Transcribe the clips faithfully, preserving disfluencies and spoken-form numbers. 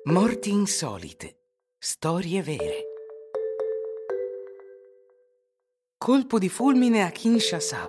Morti insolite. Storie vere. Colpo di fulmine a Kinshasa.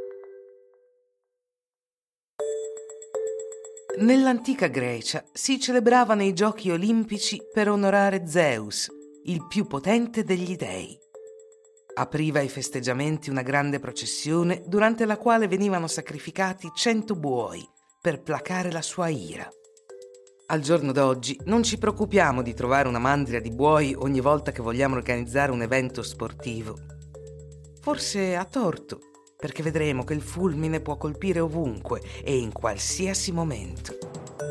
Nell'antica Grecia si celebravano i giochi olimpici per onorare Zeus, il più potente degli dei. Apriva i festeggiamenti una grande processione durante la quale venivano sacrificati cento buoi per placare la sua ira. Al giorno d'oggi non ci preoccupiamo di trovare una mandria di buoi ogni volta che vogliamo organizzare un evento sportivo. Forse a torto, perché vedremo che il fulmine può colpire ovunque e in qualsiasi momento.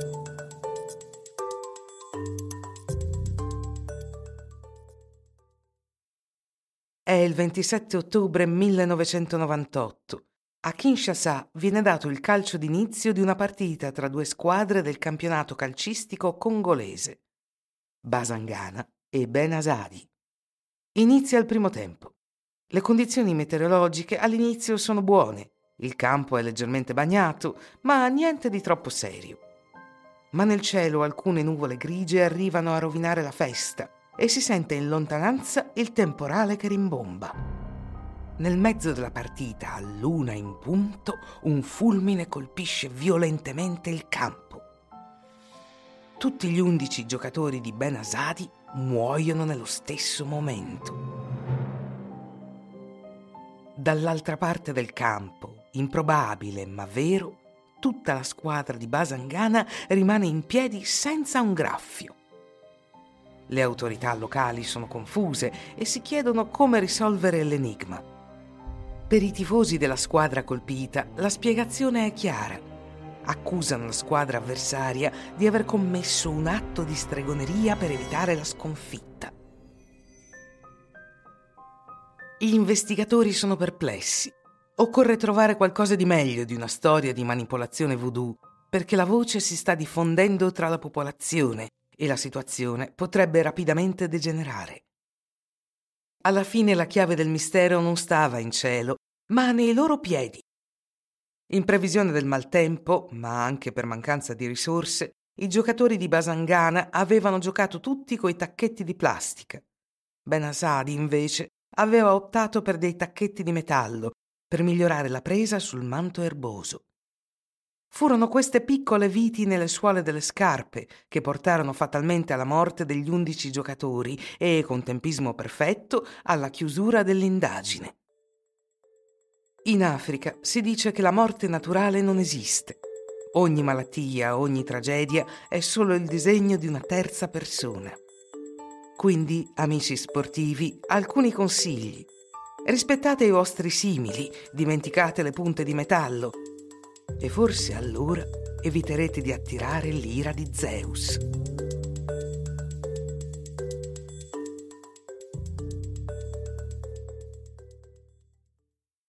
È il ventisette ottobre millenovecentonovantotto. A Kinshasa viene dato il calcio d'inizio di una partita tra due squadre del campionato calcistico congolese, Basangana e Ben Asadi. Inizia il primo tempo. Le condizioni meteorologiche all'inizio sono buone, il campo è leggermente bagnato, ma niente di troppo serio. Ma nel cielo alcune nuvole grigie arrivano a rovinare la festa e si sente in lontananza il temporale che rimbomba. Nel mezzo della partita, all'una in punto, un fulmine colpisce violentemente il campo. Tutti gli undici giocatori di Ben Asadi muoiono nello stesso momento. Dall'altra parte del campo, improbabile ma vero, tutta la squadra di Basangana rimane in piedi senza un graffio. Le autorità locali sono confuse e si chiedono come risolvere l'enigma. Per i tifosi della squadra colpita, la spiegazione è chiara. Accusano la squadra avversaria di aver commesso un atto di stregoneria per evitare la sconfitta. Gli investigatori sono perplessi. Occorre trovare qualcosa di meglio di una storia di manipolazione voodoo, perché la voce si sta diffondendo tra la popolazione e la situazione potrebbe rapidamente degenerare. Alla fine la chiave del mistero non stava in cielo, ma nei loro piedi. In previsione del maltempo, ma anche per mancanza di risorse, i giocatori di Basangana avevano giocato tutti coi tacchetti di plastica. Ben Asadi, invece, aveva optato per dei tacchetti di metallo per migliorare la presa sul manto erboso. Furono queste piccole viti nelle suole delle scarpe che portarono fatalmente alla morte degli undici giocatori e, con tempismo perfetto, alla chiusura dell'indagine. In Africa si dice che la morte naturale non esiste. Ogni malattia, ogni tragedia è solo il disegno di una terza persona. Quindi, amici sportivi, alcuni consigli. Rispettate i vostri simili, dimenticate le punte di metallo, e forse allora eviterete di attirare l'ira di Zeus.